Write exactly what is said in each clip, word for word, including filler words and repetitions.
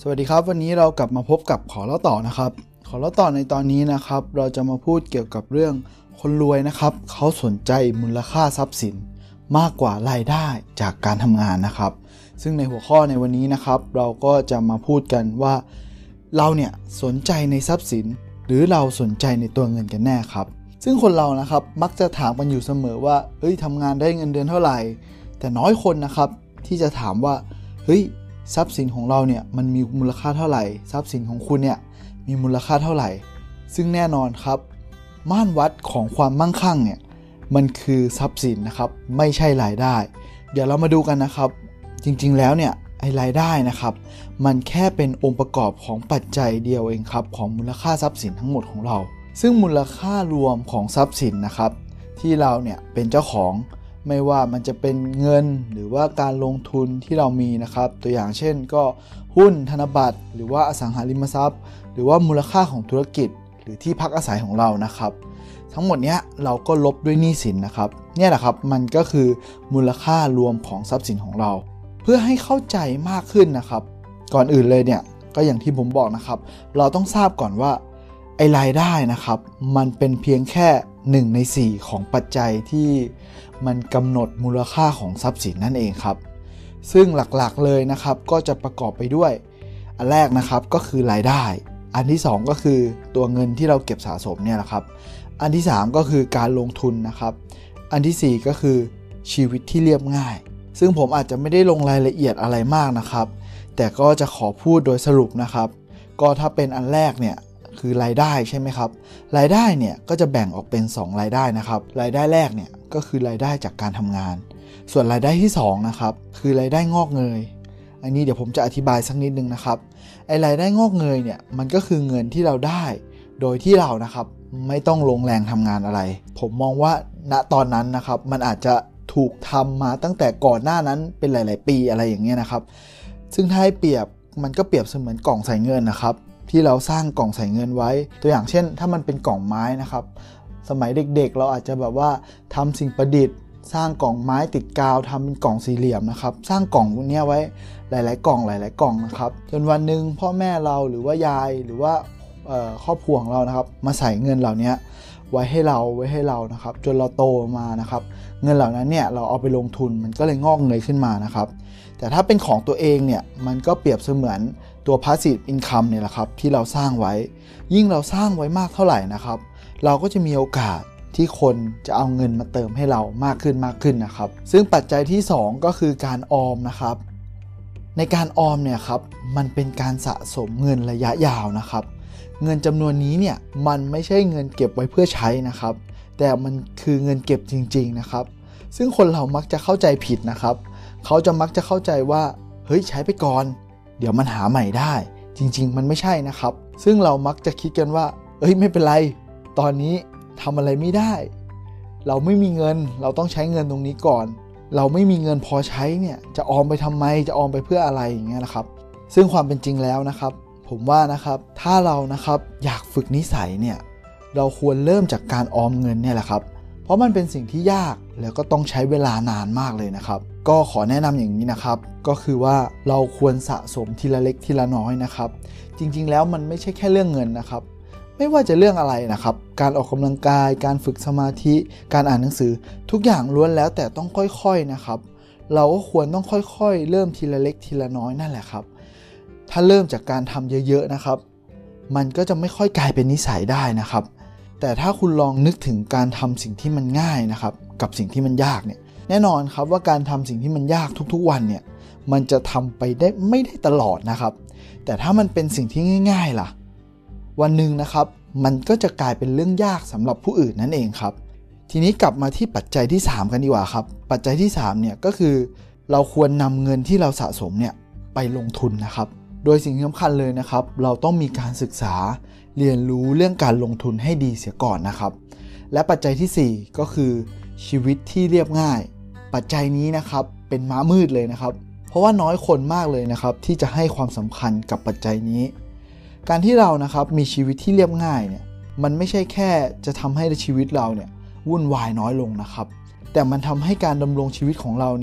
สวัสดีครับวันนี้เรากลับมาพบกับขอเล่าต่อนะครับขอเล่าต่อในตอนนี้นะครับเราจะมาพูดเกี่ยวกับเรื่องคนรวยนะครับเขาสนใจมูลค่าทรัพย์สินมากกว่ารายได้จากการทำงานนะครับซึ่งในหัวข้อในวันนี้นะครับเราก็จะมาพูดกันว่าเราเนี่ยสนใจในทรัพย์สินหรือเราสนใจในตัวเงินกันแน่ครับซึ่งคนเรานะครับมักจะถามกันอยู่เสมอว่าเอ้ยทำงานได้เงินเดือนเท่าไหร่แต่น้อยคนนะครับที่จะถามว่าเฮ้ยทรัพย์สินของเราเนี่ยมันมีมูลค่าเท่าไหร่ทรัพย์สินของคุณเนี่ยมีมูลค่าเท่าไหร่ซึ่งแน่นอนครับม่านวัดของความมั่งคั่งเนี่ยมันคือทรัพย์สินนะครับไม่ใช่รายได้เดี๋ยวเรามาดูกันนะครับจริงๆแล้วเนี่ยไอ้รายได้นะครับมันแค่เป็นองค์ประกอบของปัจจัยเดียวเองครับของมูลค่าทรัพย์สินทั้งหมดของเราซึ่งมูลค่ารวมของทรัพย์สินนะครับที่เราเนี่ยเป็นเจ้าของไม่ว่ามันจะเป็นเงินหรือว่าการลงทุนที่เรามีนะครับตัวอย่างเช่นก็หุ้นธนบัตรหรือว่าอสังหาริมทรัพย์หรือว่ามูลค่าของธุรกิจหรือที่พักอาศัยของเรานะครับทั้งหมดนี้เราก็ลบด้วยหนี้สินนะครับเนี่ยแหละครับมันก็คือมูลค่ารวมของทรัพย์สินของเราเพื่อให้เข้าใจมากขึ้นนะครับก่อนอื่นเลยเนี่ยก็อย่างที่ผมบอกนะครับเราต้องทราบก่อนว่าไอ้รายได้นะครับมันเป็นเพียงแค่หนึ่งในสี่ของปัจจัยที่มันกำหนดมูลค่าของทรัพย์สินนั่นเองครับซึ่งหลักๆเลยนะครับก็จะประกอบไปด้วยอันแรกนะครับก็คือรายได้อันที่สองก็คือตัวเงินที่เราเก็บสะสมเนี่ยแหละครับอันที่สามก็คือการลงทุนนะครับอันที่สี่ก็คือชีวิตที่เรียบง่ายซึ่งผมอาจจะไม่ได้ลงรายละเอียดอะไรมากนะครับแต่ก็จะขอพูดโดยสรุปนะครับก็ถ้าเป็นอันแรกเนี่ยคือรายได้ใช่ไหมครับรายได้เนี่ยก็จะแบ่งออกเป็นสองรายได้นะครับรายได้แรกเนี่ยก็คือรายได้จากการทำงานส่วนรายได้ที่สองนะครับคือรายได้งอกเงยอันนี้เดี๋ยวผมจะอธิบายสักนิดนึงนะครับไอ้รายได้งอกเงยเนี่ยมันก็คือเงินที่เราได้โดยที่เรานะครับไม่ต้องลงแรงทำงานอะไรผมมองว่าณตอนนั้นนะครับมันอาจจะถูกทำมาตั้งแต่ก่อนหน้านั้นเป็นหลายๆปีอะไรอย่างเงี้ยนะครับซึ่งถ้าให้เปรียบมันก็เปรียบเสมือนกล่องใส่เงินนะครับที่เราสร้างกล่องใส่เงินไว้ตัวอย่างเช่นถ้ามันเป็นกล่องไม้นะครับสมัยเด็กๆเราอาจจะแบบว่าทำสิ่งประดิษฐ์สร้างกล่องไม้ติดกาวทำเป็นกล่องสี่เหลี่ยมนะครับสร้างกล่องพวกนี้ไว้หลายๆกล่องหลายๆกล่องนะครับจนวันหนึ่งพ่อแม่เราหรือว่ายายหรือว่าครอบครัวของเรานะครับมาใส่เงินเหล่านี้ไว้ให้เราไว้ให้เรานะครับจนเราโตมานะครับเงินเหล่านั้นเนี่ยเราเอาไปลงทุนมันก็เลยงอกเงยขึ้นมานะครับแต่ถ้าเป็นของตัวเองเนี่ยมันก็เปรียบเสมือนตัว passive income เนี่ยแหละครับที่เราสร้างไว้ยิ่งเราสร้างไว้มากเท่าไหร่นะครับเราก็จะมีโอกาสที่คนจะเอาเงินมาเติมให้เรามากขึ้นมากขึ้นนะครับซึ่งปัจจัยที่สองก็คือการออมนะครับในการออมเนี่ยครับมันเป็นการสะสมเงินระยะยาวนะครับเงินจำนวนนี้เนี่ยมันไม่ใช่เงินเก็บไว้เพื่อใช้นะครับแต่มันคือเงินเก็บจริงๆนะครับซึ่งคนเรามักจะเข้าใจผิดนะครับเขาจะมักจะเข้าใจว่าเฮ้ยใช้ไปก่อนเดี๋ยวมันหาใหม่ได้จริงๆมันไม่ใช่นะครับซึ่งเรามักจะคิดกันว่าเอ้ยไม่เป็นไรตอนนี้ทำอะไรไม่ได้เราไม่มีเงินเราต้องใช้เงินตรงนี้ก่อนเราไม่มีเงินพอใช้เนี่ยจะออมไปทำไมจะออมไปเพื่ออะไรอย่างเงี้ยนะครับซึ่งความเป็นจริงแล้วนะครับผมว่านะครับถ้าเรานะครับอยากฝึกนิสัยเนี่ยเราควรเริ่มจากการออมเงินเนี่ยแหละครับเพราะมันเป็นสิ่งที่ยากแล้วก็ต้องใช้เวลานานมากเลยนะครับก็ขอแนะนำอย่างนี้นะครับก็คือว่าเราควรสะสมทีละเล็กทีละน้อยนะครับจริงๆแล้วมันไม่ใช่แค่เรื่องเงินนะครับไม่ว่าจะเรื่องอะไรนะครับการออกกำลังกายการฝึกสมาธิการอ่านหนังสือทุกอย่างล้วนแล้วแต่ต้องค่อยๆนะครับเราก็ควรต้องค่อยๆเริ่มทีละเล็กทีละน้อยนั่นแหละครับถ้าเริ่มจากการทำเยอะๆนะครับมันก็จะไม่ค่อยกลายเป็นนิสัยได้นะครับแต่ถ้าคุณลองนึกถึงการทำสิ่งที่มันง่ายนะครับกับสิ่งที่มันยากเนี่ยแน่นอนครับว่าการทำสิ่งที่มันยากทุกๆวันเนี่ยมันจะทำไปได้ไม่ได้ตลอดนะครับแต่ถ้ามันเป็นสิ่งที่ง่ายๆล่ะวันหนึ่งนะครับมันก็จะกลายเป็นเรื่องยากสำหรับผู้อื่นนั่นเองครับทีนี้กลับมาที่ปัจจัยที่สามกันดีกว่าครับปัจจัยที่สามเนี่ยก็คือเราควรนำเงินที่เราสะสมเนี่ยไปลงทุนนะครับโดยสิ่งที่สำคัญเลยนะครับเราต้องมีการศึกษาเรียนรู้เรื่องการลงทุนให้ดีเสียก่อนนะครับและปัจจัยที่สี่ก็คือชีวิตที่เรียบง่ายปัจจัยนี้นะครับเป็นม้ามืดเลยนะครับเพราะว่าน้อยคนมากเลยนะครับที่จะให้ความสำคัญกับปัจจัยนี้การที่เรานะครับมีชีวิตที่เรียบง่ายเนี่ยมันไม่ใช่แค่จะทำให้ชีวิตเราเนี่ยวุ่นวายน้อยลงนะครับแต่มันทำให้การดำรงชีวิตของเราเนี่ย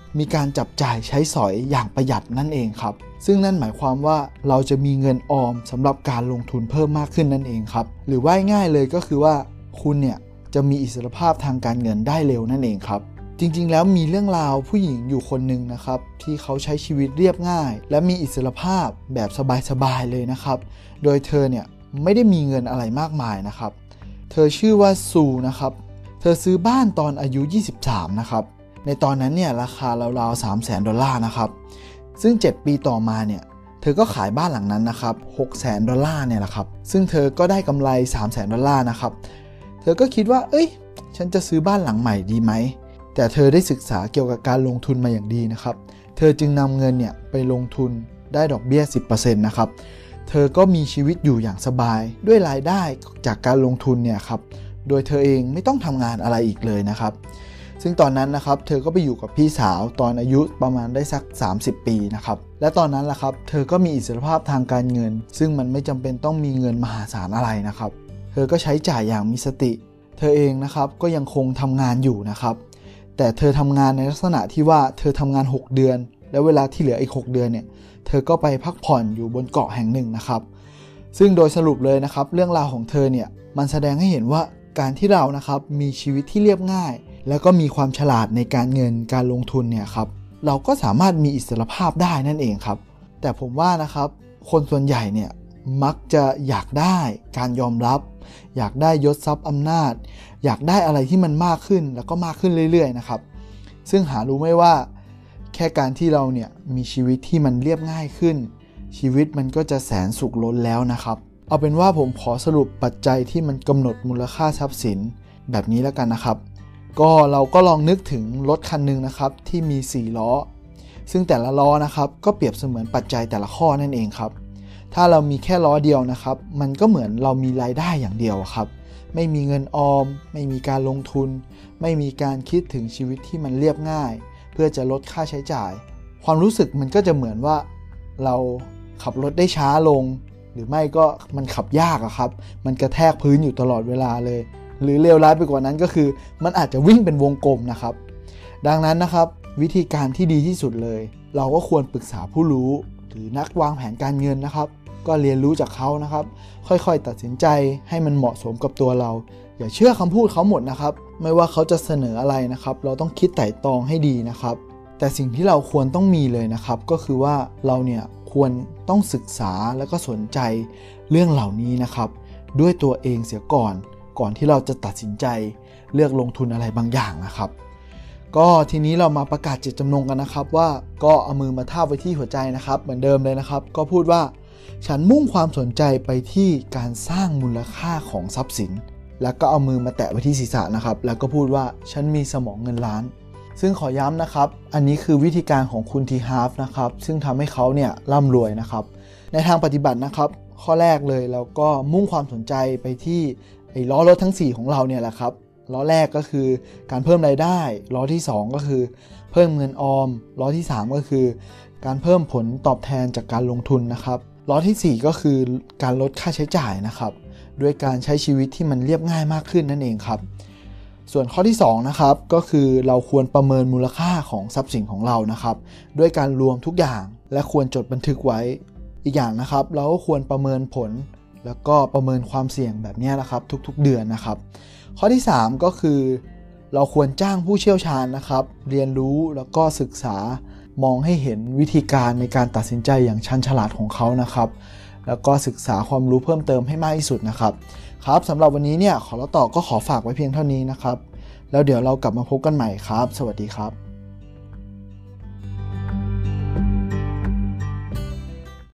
มีการจับจ่ายใช้สอยอย่างประหยัดนั่นเองครับซึ่งนั่นหมายความว่าเราจะมีเงินออมสำหรับการลงทุนเพิ่มมากขึ้นนั่นเองครับหรือว่าง่ายเลยก็คือว่าคุณเนี่ยจะมีอิสรภาพทางการเงินได้เร็วนั่นเองครับจริงๆแล้วมีเรื่องราวผู้หญิงอยู่คนหนึ่งนะครับที่เขาใช้ชีวิตเรียบง่ายและมีอิสรภาพแบบสบายๆเลยนะครับโดยเธอเนี่ยไม่ได้มีเงินอะไรมากมายนะครับเธอชื่อว่าซูนะครับเธอซื้อบ้านตอนอายุยี่สิบสามนะครับในตอนนั้นเนี่ยราคาราวๆ สามแสน ดอลลาร์นะครับซึ่งเจ็ดปีต่อมาเนี่ยเธอก็ขายบ้านหลังนั้นนะครับ หกแสน ดอลลาร์เนี่ยแหละครับซึ่งเธอก็ได้กำไร สามแสน ดอลลาร์นะครับเธอก็คิดว่าเอ้ยฉันจะซื้อบ้านหลังใหม่ดีไหมแต่เธอได้ศึกษาเกี่ยวกับการลงทุนมาอย่างดีนะครับเธอจึงนำเงินเนี่ยไปลงทุนได้ดอกเบี้ย สิบเปอร์เซ็นต์ นะครับเธอก็มีชีวิตอยู่อย่างสบายด้วยรายได้จากการลงทุนเนี่ยครับโดยเธอเองไม่ต้องทำงานอะไรอีกเลยนะครับซึ่งตอนนั้นนะครับเธอก็ไปอยู่กับพี่สาวตอนอายุประมาณได้สักสามสิบปีนะครับและตอนนั้นแหละครับเธอก็มีอิสรภาพทางการเงินซึ่งมันไม่จำเป็นต้องมีเงินมหาศาลอะไรนะครับเธอก็ใช้จ่ายอย่างมีสติเธอเองนะครับก็ยังคงทำงานอยู่นะครับแต่เธอทำงานในลักษณะที่ว่าเธอทำงานหกเดือนแล้วเวลาที่เหลืออีกหกเดือนเนี่ยเธอก็ไปพักผ่อนอยู่บนเกาะแห่งหนึ่งนะครับซึ่งโดยสรุปเลยนะครับเรื่องราวของเธอเนี่ยมันแสดงให้เห็นว่าการที่เรานะครับมีชีวิตที่เรียบง่ายแล้วก็มีความฉลาดในการเงินการลงทุนเนี่ยครับเราก็สามารถมีอิสรภาพได้นั่นเองครับแต่ผมว่านะครับคนส่วนใหญ่เนี่ยมักจะอยากได้การยอมรับอยากได้ยศทรัพย์อำนาจอยากได้อะไรที่มันมากขึ้นแล้วก็มากขึ้นเรื่อยๆนะครับซึ่งหารู้ไหมว่าแค่การที่เราเนี่ยมีชีวิตที่มันเรียบง่ายขึ้นชีวิตมันก็จะแสนสุขล้นแล้วนะครับเอาเป็นว่าผมขอสรุปปัจจัยที่มันกำหนดมูลค่าทรัพย์สินแบบนี้แล้วกันนะครับก็เราก็ลองนึกถึงรถคันนึงนะครับที่มีสี่ล้อซึ่งแต่ละล้อนะครับก็เปรียบเสมือนปัจจัยแต่ละข้อนั่นเองครับถ้าเรามีแค่ล้อเดียวนะครับมันก็เหมือนเรามีรายได้อย่างเดียวครับไม่มีเงินออมไม่มีการลงทุนไม่มีการคิดถึงชีวิตที่มันเรียบง่ายเพื่อจะลดค่าใช้จ่ายความรู้สึกมันก็จะเหมือนว่าเราขับรถได้ช้าลงหรือไม่ก็มันขับยากอะครับมันกระแทกพื้นอยู่ตลอดเวลาเลยหรือเลวร้ายไปกว่านั้นก็คือมันอาจจะวิ่งเป็นวงกลมนะครับดังนั้นนะครับวิธีการที่ดีที่สุดเลยเราก็ควรปรึกษาผู้รู้หรือนักวางแผนการเงินนะครับก็เรียนรู้จากเขานะครับค่อยๆตัดสินใจให้มันเหมาะสมกับตัวเราอย่าเชื่อคำพูดเขาหมดนะครับไม่ว่าเขาจะเสนออะไรนะครับเราต้องคิดไตร่ตรองให้ดีนะครับแต่สิ่งที่เราควรต้องมีเลยนะครับก็คือว่าเราเนี่ยควรต้องศึกษาแล้วก็สนใจเรื่องเหล่านี้นะครับด้วยตัวเองเสียก่อนก่อนที่เราจะตัดสินใจเลือกลงทุนอะไรบางอย่างนะครับก็ทีนี้เรามาประกาศเจตจำนงกันนะครับว่าก็เอามือมาทาบไว้ที่หัวใจนะครับเหมือนเดิมเลยนะครับก็พูดว่าฉันมุ่งความสนใจไปที่การสร้างมูลค่าของทรัพย์สินแล้วก็เอามือมาแตะไว้ที่ศีรษะนะครับแล้วก็พูดว่าฉันมีสมองเงินล้านซึ่งขอย้ำนะครับอันนี้คือวิธีการของคุณทีฮาร์ฟนะครับซึ่งทำให้เขาเนี่ยร่ำรวยนะครับในทางปฏิบัตินะครับข้อแรกเลยเราก็มุ่งความสนใจไปที่ไอ้ล้อรถทั้งสี่ของเราเนี่ยแหละครับล้อแรกก็คือการเพิ่มรายได้ล้อที่สองก็คือเพิ่มเงินออมล้อที่สามก็คือการเพิ่มผลตอบแทนจากการลงทุนนะครับล้อที่สี่ก็คือการลดค่าใช้จ่ายนะครับด้วยการใช้ชีวิตที่มันเรียบง่ายมากขึ้นนั่นเองครับส่วนข้อที่สองนะครับก็คือเราควรประเมินมูลค่าของทรัพย์สินของเรานะครับด้วยการรวมทุกอย่างและควรจดบันทึกไว้อีกอย่างนะครับเราก็ควรประเมินผลแล้วก็ประเมินความเสี่ยงแบบนี้นะครับทุกๆเดือนนะครับข้อที่สามก็คือเราควรจ้างผู้เชี่ยวชาญนะครับเรียนรู้แล้วก็ศึกษามองให้เห็นวิธีการในการตัดสินใจอย่างชันฉลาดของเขานะครับแล้วก็ศึกษาความรู้เพิ่มเติมให้มากที่สุดนะครับครับสำหรับวันนี้เนี่ยขอเล่าต่อก็ขอฝากไว้เพียงเท่านี้นะครับแล้วเดี๋ยวเรากลับมาพบกันใหม่ครับสวัสดีครับ